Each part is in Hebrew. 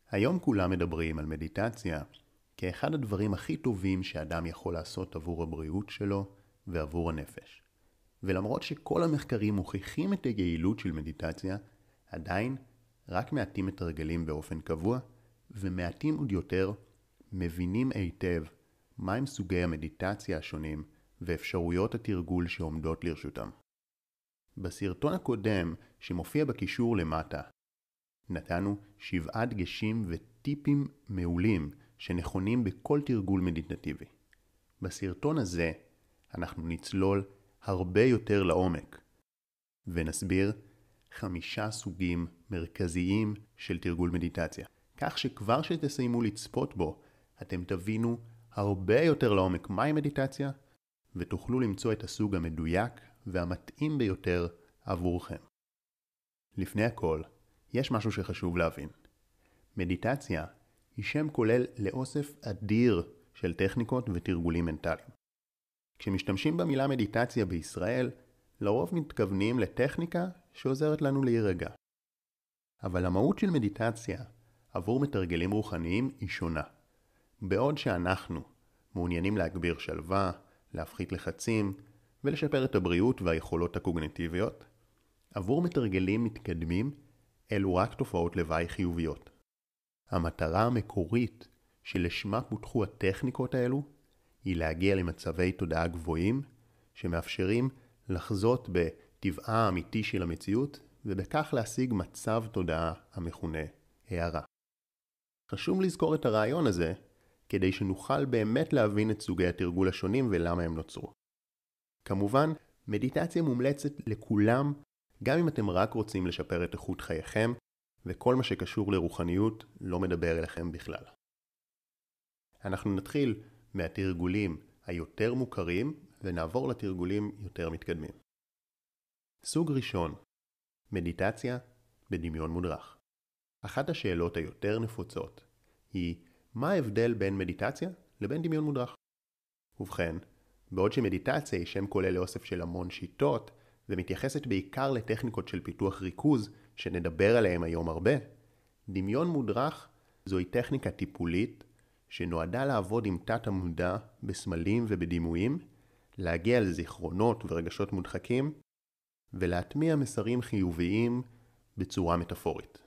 היום כולם מדברים על מדיטציה כאחד הדברים הכי טובים שאדם יכול לעשות עבור הבריאות שלו ועבור הנפש. ולמרות שכל המחקרים מוכיחים את היעילות של מדיטציה, עדיין רק מעטים מתרגלים באופן קבוע, ומעטים עוד יותר מבינים היטב מהם סוגי המדיטציה השונים ואפשרויות התרגול שעומדות לרשותם. בסרטון הקודם שמופיע בקישור למטה, נתנו 7 דגשים וטיפים מעולים שנכונים בכל תרגול מדיטטיבי. בסרטון הזה אנחנו נצלול הרבה יותר לעומק ונסביר 5 סוגים מרכזיים של תרגול מדיטציה, כך שכבר שתסיימו לצפות בו אתם תבינו הרבה יותר לעומק מהי מדיטציה ותוכלו למצוא את הסוג המדויק והמתאים ביותר עבורכם. לפני הכל, יש משהו שחשוב להבין. מדיטציה היא שם כולל לאוסף אדיר של טכניקות ותרגולים מנטליים. כשמשתמשים במילה מדיטציה בישראל, לרוב מתכוונים לטכניקה שעוזרת לנו להירגע. אבל המהות של מדיטציה עבור מתרגלים רוחניים היא שונה. בעוד שאנחנו מעוניינים להגביר שלווה, להפחית לחצים ולשפר את הבריאות והיכולות הקוגניטיביות, עבור מתרגלים מתקדמים אלו רק תופעות לוואי חיוביות. המטרה המקורית שלשמה פותחו הטכניקות האלו היא להגיע למצבי תודעה גבוהים שמאפשרים לחזות בטבעה האמיתי של המציאות ובכך להשיג מצב תודעה המכונה הערה. חשוב לזכור את הרעיון הזה כדי שנוכל באמת להבין את סוגי התרגול השונים ולמה הם נוצרו. כמובן, מדיטציה מומלצת לכולם גם אם אתם רק רוצים לשפר את איכות חייכם וכל מה שקשור לרוחניות לא מדבר אליכם בכלל. אנחנו נתחיל מהתרגולים היותר מוכרים ונעבור לתרגולים יותר מתקדמים. סוג ראשון, מדיטציה בדמיון מודרך. אחת השאלות היותר נפוצות היא מה ההבדל בין מדיטציה לבין דמיון מודרך? ובכן, בעוד שמדיטציה היא שם כולל לאוסף של המון שיטות ומתייחסת בעיקר לטכניקות של פיתוח ריכוז שנדבר עליהם היום הרבה, דמיון מודרך זוהי טכניקה טיפולית שנועדה לעבוד עם תת המודע בסמלים ובדימויים, להגיע לזיכרונות ורגשות מודחקים ולהטמיע מסרים חיוביים בצורה מטאפורית.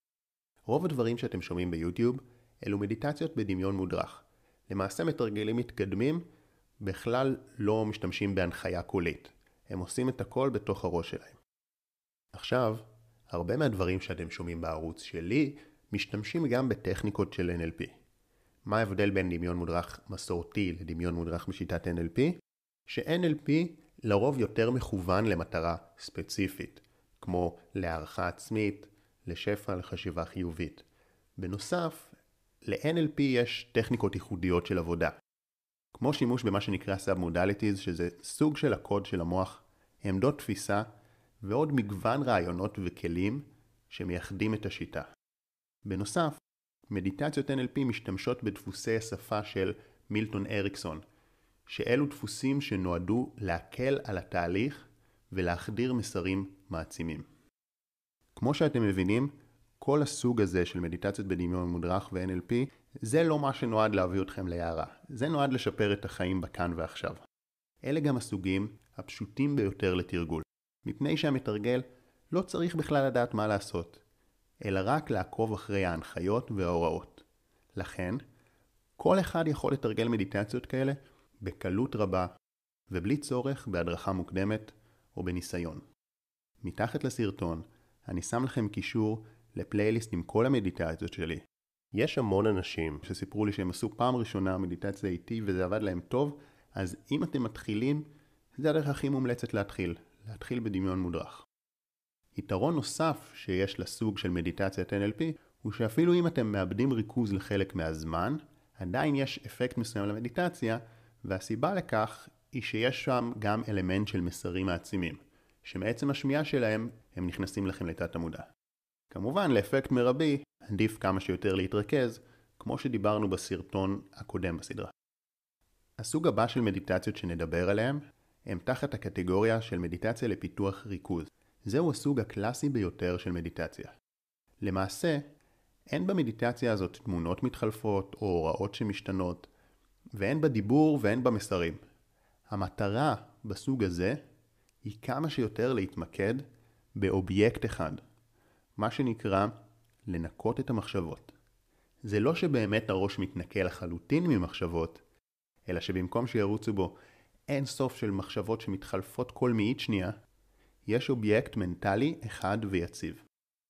רוב הדברים שאתם שומעים ביוטיוב אלו מדיטציות בדמיון מודרך. למעשה מתרגלים מתקדמים בכלל לא משתמשים בהנחיה קולית. הם עושים את הכל בתוך הראש שלהם. עכשיו, הרבה מהדברים שאתם שומעים בערוץ שלי משתמשים גם בטכניקות של NLP. מה ההבדל בין דמיון מודרך מסורתי לדמיון מודרך בשיטת NLP? ש-NLP לרוב יותר מכוון למטרה ספציפית, כמו להערכה עצמית, לשפע, לחשיבה חיובית. בנוסף, ל-NLP יש טכניקות ייחודיות של עבודה. כמו שימוש במה שנקרא Sub-Modalities, שזה סוג של הקוד של המוח, עמדות תפיסה ועוד מגוון רעיונות וכלים שמייחדים את השיטה. בנוסף, מדיטציות NLP משתמשות בדפוסי השפה של מילטון אריקסון, שאלו דפוסים שנועדו להקל על התהליך ולהחדיר מסרים מעצימים. כמו שאתם מבינים, כל הסוג הזה של מדיטציות בדמיון מודרך ו-NLP, זה לא מה שנועד להביא אתכם להערה. זה נועד לשפר את החיים בכאן ועכשיו. אלה גם הסוגים הפשוטים ביותר לתרגול, מפני שהמתרגל לא צריך בכלל לדעת מה לעשות, אלא רק לעקוב אחרי ההנחיות וההוראות. לכן, כל אחד יכול לתרגל מדיטציות כאלה בקלות רבה, ובלי צורך בהדרכה מוקדמת או בניסיון. מתחת לסרטון, אני שם לכם קישור לפלייליסט עם כל המדיטציות שלי. יש המון אנשים שסיפרו לי שהם עשו פעם ראשונה מדיטציה איתי וזה עבד להם טוב, אז אם אתם מתחילים, זה הדרך הכי מומלצת להתחיל בדמיון מודרך. יתרון נוסף שיש לסוג של מדיטציית NLP הוא שאפילו אם אתם מאבדים ריכוז לחלק מהזמן, עדיין יש אפקט מסוים למדיטציה, והסיבה לכך היא שיש שם גם אלמנט של מסרים מעצימים, שמעצם השמיעה שלהם הם נכנסים לכם לתת המודע. כמובן, לאפקט מרבי, עדיף כמה שיותר להתרכז, כמו שדיברנו בסרטון הקודם בסדרה. הסוג הבא של מדיטציות שנדבר עליהם, הם תחת הקטגוריה של מדיטציה לפיתוח ריכוז. זהו הסוג הקלאסי ביותר של מדיטציה. למעשה, אין במדיטציה הזאת תמונות מתחלפות או הוראות שמשתנות, ואין בדיבור ואין במסרים. המטרה בסוג הזה היא כמה שיותר להתמקד באובייקט אחד, מה שנקרא לנקות את המחשבות. זה לא שבאמת הראש מתנקה לחלוטין ממחשבות, אלא שבמקום שירוצו בו אין סוף של מחשבות שמתחלפות כל מאית שנייה, יש אובייקט מנטלי אחד ויציב.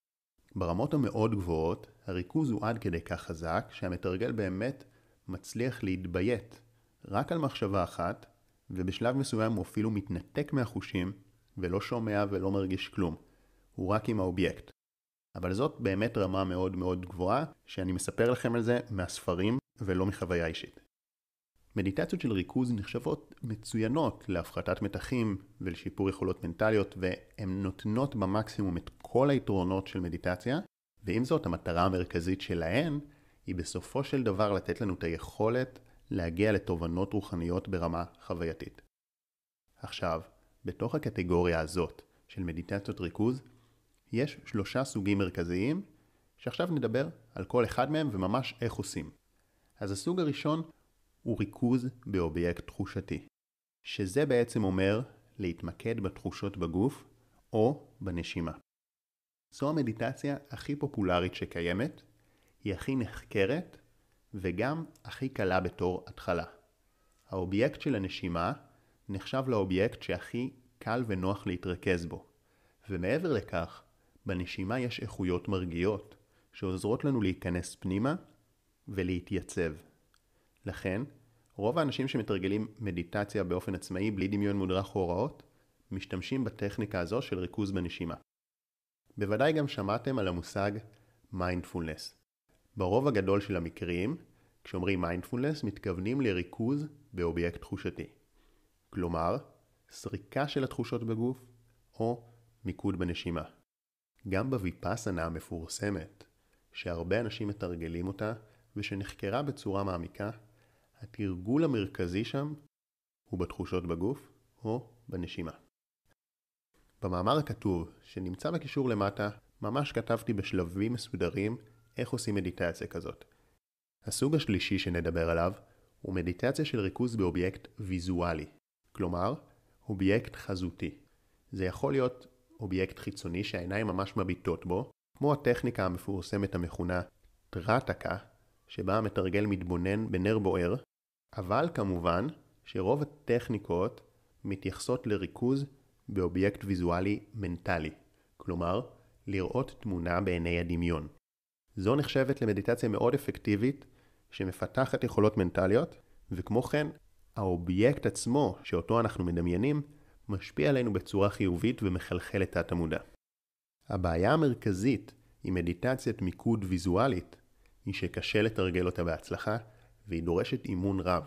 ברמות המאוד גבוהות, הריכוז הוא עד כדי כך חזק שהמתרגל באמת מצליח להתביית רק על מחשבה אחת, ובשלב מסוים הוא אפילו מתנתק מהחושים ולא שומע ולא מרגיש כלום. הוא רק עם האובייקט. אבל זאת באמת רמה מאוד מאוד גבוהה, שאני מספר לכם על זה מהספרים ולא מחוויה אישית. מדיטציות של ריכוז נחשבות מצוינות להפחתת מתחים ולשיפור יכולות מנטליות, והן נותנות במקסימום את כל היתרונות של מדיטציה, ועם זאת המטרה המרכזית שלהן היא בסופו של דבר לתת לנו את היכולת להגיע לתובנות רוחניות ברמה חווייתית. עכשיו, בתוך הקטגוריה הזאת של מדיטציות ריכוז, יש 3 סוגים מרכזיים, שעכשיו נדבר על כל אחד מהם וממש איך עושים. אז הסוג הראשון הוא ריכוז באובייקט תחושתי, שזה בעצם אומר להתמקד בתחושות בגוף או בנשימה. זו המדיטציה הכי פופולרית שקיימת, היא הכי נחקרת וגם הכי קלה בתור התחלה. האובייקט של הנשימה נחשב לאובייקט שהכי קל ונוח להתרכז בו, ומעבר לכך, בנשימה יש איכויות מרגיעות שעוזרות לנו להיכנס פנימה ולהתייצב. לכן, רוב האנשים שמתרגלים מדיטציה באופן עצמאי בלי דמיון מודרך או הוראות, משתמשים בטכניקה הזו של ריכוז בנשימה. בוודאי גם שמעתם על המושג מיינדפולנס. ברוב הגדול של המקרים, כשאומרים מיינדפולנס, מתכוונים לריכוז באובייקט תחושתי. כלומר, סריקה של התחושות בגוף או מיקוד בנשימה. גם בוויפאסנה המפורסמת, שהרבה אנשים מתרגלים אותה ושנחקרה בצורה מעמיקה, התרגול המרכזי שם הוא בתחושות בגוף או בנשימה. במאמר הכתוב שנמצא בקישור למטה, ממש כתבתי בשלבים מסודרים איך עושים מדיטציה כזאת. הסוג השלישי שנדבר עליו הוא מדיטציה של ריכוז באובייקט ויזואלי, כלומר אובייקט חזותי. זה יכול להיות אובייקט חיצוני שהעיניים ממש מביטות בו, כמו הטכניקה המפורסמת המכונה טרטקה, שבה המתרגל מתבונן בנר בוער, אבל כמובן שרוב הטכניקות מתייחסות לריכוז באובייקט ויזואלי מנטלי, כלומר לראות תמונה בעיני הדמיון. זו נחשבת למדיטציה מאוד אפקטיבית שמפתחת יכולות מנטליות, וכמו כן האובייקט עצמו שאותו אנחנו מדמיינים משפיע עלינו בצורה חיובית ומחלחל את התת-מודע. הבעיה המרכזית עם מדיטציית מיקוד ויזואלית היא שקשה לתרגל אותה בהצלחה והיא דורשת אימון רב.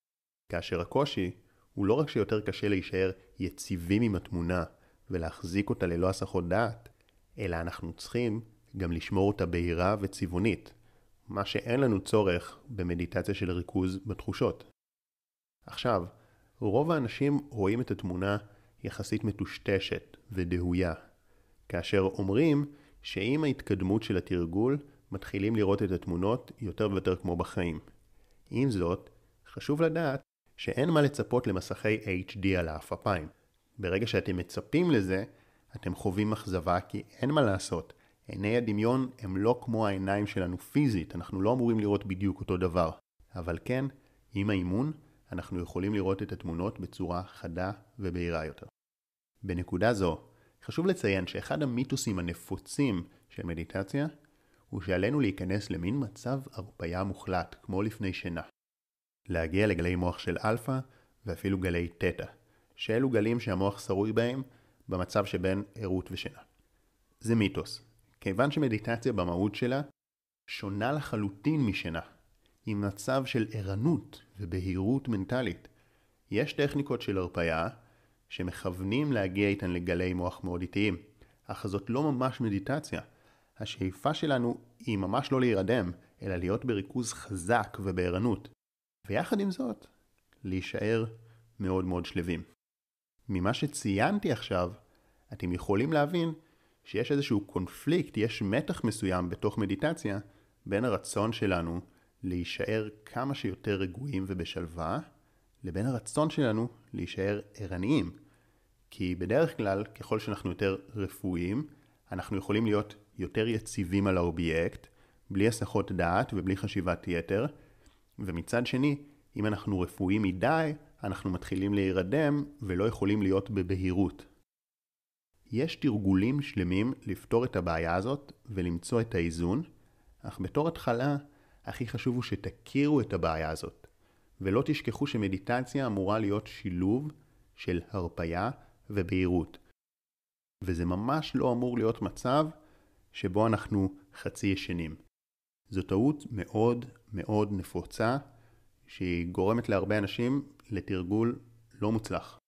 כאשר הקושי הוא לא רק שיותר קשה להישאר יציבים עם התמונה ולהחזיק אותה ללא הסחות דעת, אלא אנחנו צריכים גם לשמור אותה בהירה וצבעונית, מה שאין לנו צורך במדיטציה של ריכוז בתחושות. עכשיו, רוב האנשים רואים את התמונה יחסית מטושטשת ודהויה, כאשר אומרים שעם ההתקדמות של התרגול מתחילים לראות את התמונות יותר ויותר כמו בחיים. עם זאת, חשוב לדעת שאין מה לצפות למסכי HD על האפפיים. ברגע שאתם מצפים לזה, אתם חווים אכזבה כי אין מה לעשות. עיני הדמיון הם לא כמו העיניים שלנו פיזית, אנחנו לא אמורים לראות בדיוק אותו דבר. אבל כן, עם האימון, אנחנו יכולים לראות את התמונות בצורה חדה ובהירה יותר. בנקודה זו, חשוב לציין שאחד המיתוסים הנפוצים של מדיטציה, הוא שעלינו להיכנס למין מצב הרפיה מוחלט, כמו לפני שינה. להגיע לגלי מוח של אלפא ואפילו גלי תטא, שאלו גלים שהמוח שרוי בהם במצב שבין ערות ושינה. זה מיתוס, כיוון שמדיטציה במהות שלה שונה לחלוטין משינה, עם מצב של ערנות ובהירות מנטלית. יש טכניקות של הרפיה שמכוונים להגיע איתן לגלי מוח מאוד איטיים, אך זאת לא ממש מדיטציה. השאיפה שלנו היא ממש לא להירדם, אלא להיות בריכוז חזק ובערנות. ויחד עם זאת, להישאר מאוד מאוד שלווים. ממה שציינתי עכשיו, אתם יכולים להבין שיש איזשהו קונפליקט, יש מתח מסוים בתוך מדיטציה, בין הרצון שלנו להישאר כמה שיותר רגועים ובשלווה, לבין הרצון שלנו להישאר ערניים. כי בדרך כלל, ככל שאנחנו יותר רפואיים, אנחנו יכולים להיות יותר יציבים על האובייקט, בלי הסחות דעת ובלי חשיבת יתר, ומצד שני, אם אנחנו רפואיים מדי, אנחנו מתחילים להירדם ולא יכולים להיות בבהירות. יש תרגולים שלמים לפתור את הבעיה הזאת ולמצוא את האיזון, אך בתור התחלה, הכי חשוב הוא שתכירו את הבעיה הזאת, ולא תשכחו שמדיטציה אמורה להיות שילוב של הרפיה ובהירות. וזה ממש לא אמור להיות מצב שבו אנחנו חצי ישנים. זו טעות מאוד מאוד נפוצה, שהיא גורמת להרבה אנשים לתרגול לא מוצלח.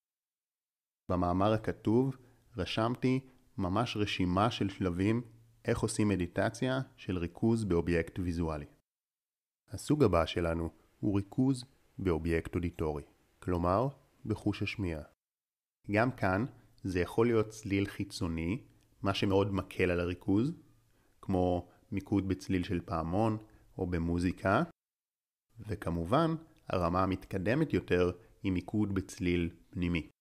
במאמר הכתוב רשמתי ממש רשימה של שלבים איך עושים מדיטציה של ריכוז באובייקט ויזואלי. הסוג הבא שלנו הוא ריכוז באובייקט אודיטורי, כלומר בחוש השמיעה. גם כאן זה יכול להיות צליל חיצוני, מה שמאוד מקל על הריכוז, כמו מיקוד בצליל של פעמון או במוזיקה, וכמובן הרמה המתקדמת יותר היא מיקוד בצליל פנימי.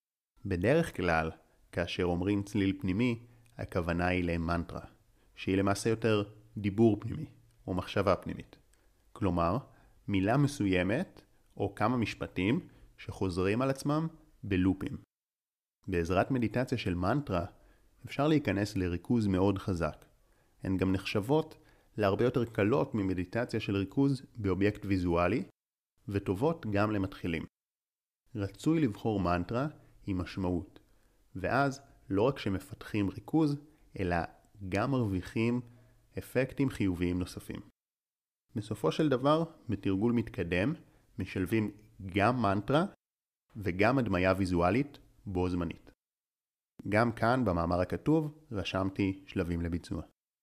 בדרך כלל, כאשר אומרים צליל פנימי, הכוונה היא למנטרה, שהיא למעשה יותר דיבור פנימי או מחשבה פנימית. כלומר, מילה מסוימת או כמה משפטים שחוזרים על עצמם בלופים. בעזרת מדיטציה של מנטרה אפשר להיכנס לריכוז מאוד חזק. הן גם נחשבות להרבה יותר קלות ממדיטציה של ריכוז באובייקט ויזואלי, וטובות גם למתחילים. רצוי לבחור מנטרה עם משמעות, ואז לא רק שמפתחים ריכוז, אלא גם מרוויחים אפקטים חיוביים נוספים. בסופו של דבר, בתרגול מתקדם, משלבים גם מנטרה וגם הדמיה ויזואלית בו זמנית. גם כאן במאמר הכתוב רשמתי שלבים לביצוע.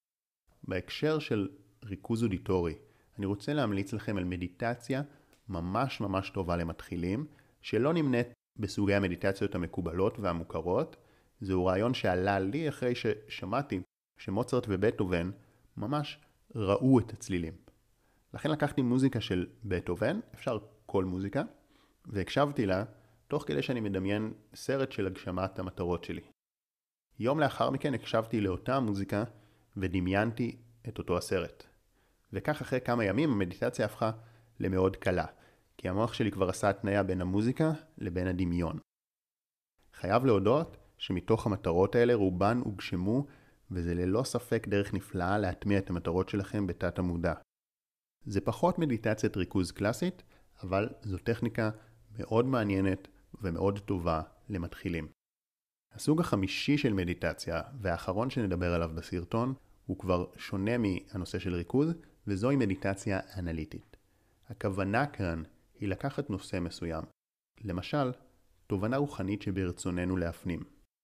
בהקשר של ריכוז אודיטורי, אני רוצה להמליץ לכם על מדיטציה ממש ממש טובה למתחילים, שלא נמנית בסוגי המדיטציות המקובלות והמוכרות. זהו רעיון שעלה לי אחרי ששמעתי שמוצרט ובטהובן ממש ראו את הצלילים. לכן לקחתי מוזיקה של בטהובן, אפשר כל מוזיקה, והקשבתי לה תוך כדי שאני מדמיין סרט של הגשמת המטרות שלי. יום לאחר מכן הקשבתי לאותה מוזיקה ודמיינתי את אותו הסרט. וכך אחרי כמה ימים המדיטציה הפכה למאוד קלה, כי המוח שלי כבר עשה התניה בין המוזיקה לבין הדמיון. חייב להודות שמתוך המטרות האלה רובן הוגשמו, וזה ללא ספק דרך נפלאה להטמיע את המטרות שלכם בתת המודע. זה פחות מדיטציית ריכוז קלאסית, אבל זו טכניקה מאוד מעניינת ומאוד טובה למתחילים. הסוג החמישי של מדיטציה, והאחרון שנדבר עליו בסרטון, הוא כבר שונה מהנושא של ריכוז, וזוהי מדיטציה אנליטית. הכוונה כאן היא לקחת נושא מסוים. למשל, תובנה רוחנית שברצוננו להפנים.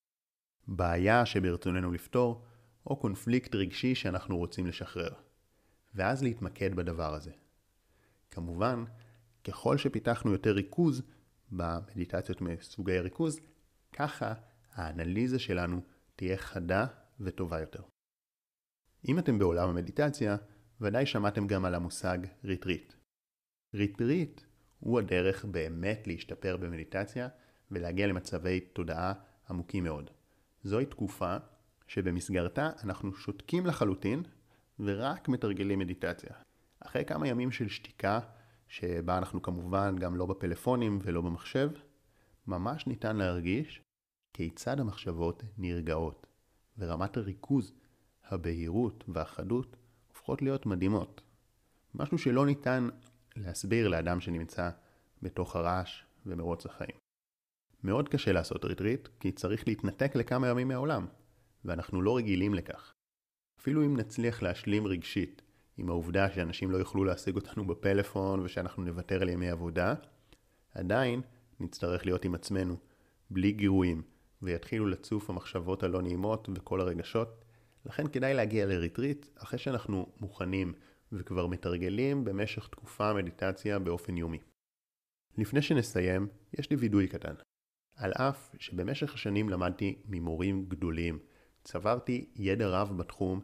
בעיה שברצוננו לפתור, או קונפליקט רגשי שאנחנו רוצים לשחרר. ואז להתמקד בדבר הזה. כמובן, ככל שפיתחנו יותר ריכוז במדיטציות מסוגי הריכוז, ככה האנליזה שלנו תהיה חדה וטובה יותר. אם אתם בעולם המדיטציה, ודאי שמעתם גם על המושג ריטריט. ריטריט הוא הדרך באמת להשתפר במדיטציה ולהגיע למצבי תודעה עמוקים מאוד. זוהי תקופה שבמסגרתה אנחנו שותקים לחלוטין ורק מתרגלים מדיטציה. אחרי כמה ימים של שתיקה, שבה אנחנו כמובן גם לא בפלאפונים ולא במחשב, ממש ניתן להרגיש כיצד המחשבות נרגעות, ורמת הריכוז, הבהירות והחדות הופכות להיות מדהימות. משהו שלא ניתן להסביר לאדם שנמצא בתוך הרעש ומרוץ החיים. מאוד קשה לעשות ריטריט, כי צריך להתנתק לכמה ימים מהעולם, ואנחנו לא רגילים לכך. אפילו אם נצליח להשלים רגשית עם העובדה שאנשים לא יוכלו להשיג אותנו בפלאפון ושאנחנו נוותר על ימי עבודה, עדיין נצטרך להיות עם עצמנו, בלי גירויים, ויתחילו לצוף המחשבות הלא נעימות וכל הרגשות. לכן כדאי להגיע לריטריט אחרי שאנחנו מוכנים וכבר מתרגלים במשך תקופה מדיטציה באופן יומי. לפני שנסיים, יש לי וידוי קטן. על אף שבמשך השנים למדתי ממורים גדולים, צברתי ידע רב בתחום,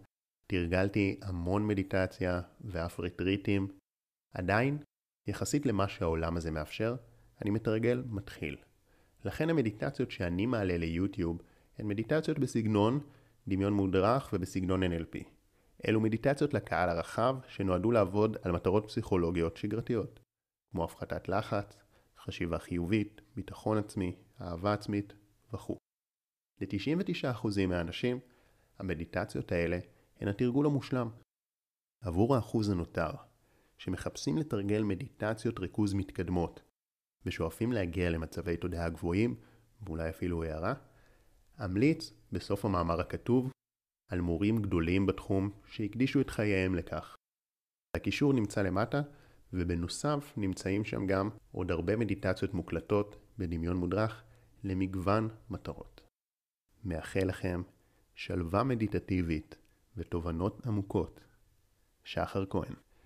תרגלתי המון מדיטציה ואף ריטריטים. עדיין, יחסית למה שהעולם הזה מאפשר, אני מתרגל מתחיל. לכן המדיטציות שאני מעלה ליוטיוב הן מדיטציות בסגנון דמיון מודרך ובסגנון NLP. אלו מדיטציות לקהל הרחב שנועדו לעבוד על מטרות פסיכולוגיות שגרתיות, כמו הפחתת לחץ, חשיבה חיובית, ביטחון עצמי, אהבה עצמית וכו'. ל-99% מהאנשים, המדיטציות האלה הן התרגול המושלם. עבור האחוז הנותר, שמחפשים לתרגל מדיטציות ריכוז מתקדמות, ושואפים להגיע למצבי תודעה גבוהים, ואולי אפילו הערה, אמליץ בסוף המאמר הכתוב על מורים גדולים בתחום שהקדישו את חייהם לכך. הקישור נמצא למטה, ובנוסף נמצאים שם גם עוד הרבה מדיטציות מוקלטות בדמיון מודרך למגוון מטרות. מאחל לכם שלווה מדיטטיבית ותובנות עמוקות. שחר כהן.